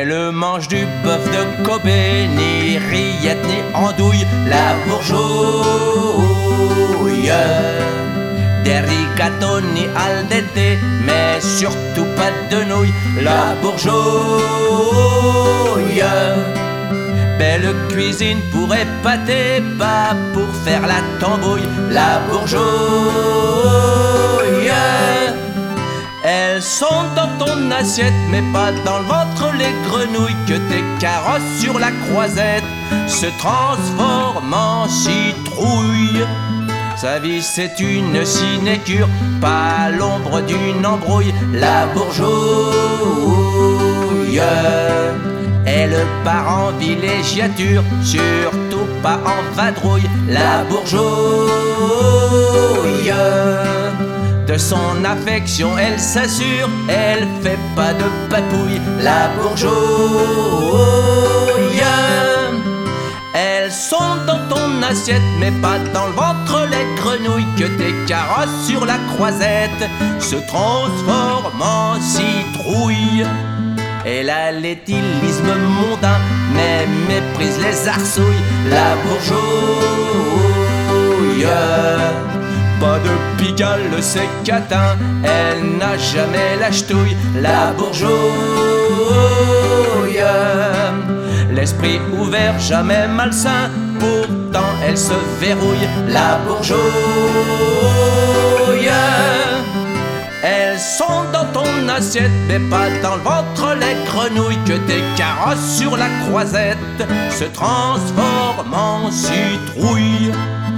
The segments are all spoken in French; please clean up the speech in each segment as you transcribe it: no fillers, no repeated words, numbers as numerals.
Elle mange du bœuf de Kobe, ni rillettes ni andouille, la bourgeouille. Des rigatoni al dente, mais surtout pas de nouilles, la bourgeouille. Belle cuisine pour épater, pas pour faire la tambouille, la bourgeouille. Elles sont dans ton assiette, mais pas dans le ventre, les grenouilles. Que tes carottes sur la croisette se transforment en citrouille. Sa vie c'est une sinécure, pas l'ombre d'une embrouille, la bourgeouille. Elle part en villégiature, surtout pas en vadrouille, la bourgeouille. De son affection elle s'assure, elle fait pas de papouille, la bourgeouille. Elles sont dans ton assiette, mais pas dans le ventre, les grenouilles. Que tes carottes sur la croisette se transforment en citrouille. Elle a l'éthylisme mondain, mais méprise les arsouilles, la bourgeouille. Pas de Pigalle, c'est catin, elle n'a jamais la ch'touille, la bourgeouille. L'esprit ouvert, jamais malsain, pourtant elle se verrouille, la bourgeouille. Elles sont dans ton assiette, mais pas dans le ventre, les grenouilles. Que tes carottes sur la croisette se transforment en citrouille.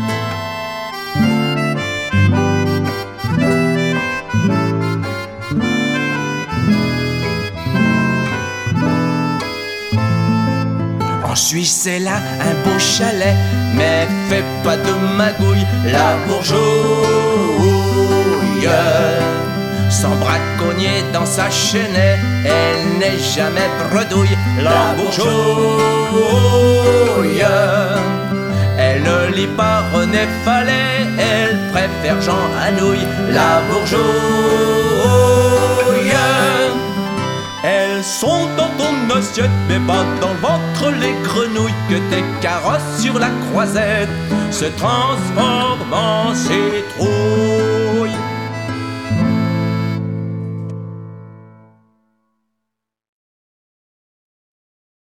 En Suisse, elle a un beau chalet, mais fait pas de magouille, la bourgeouille. Sans braconnier dans sa chenet, elle n'est jamais bredouille, la bourgeouille. Elle ne lit pas René Fallet, elle préfère Jean Anouilh, la bourgeouille. Elles sont dans ton assiette, mais pas dans le ventre, les grenouilles. Que tes carottes sur la croisette se transforment en citrouille.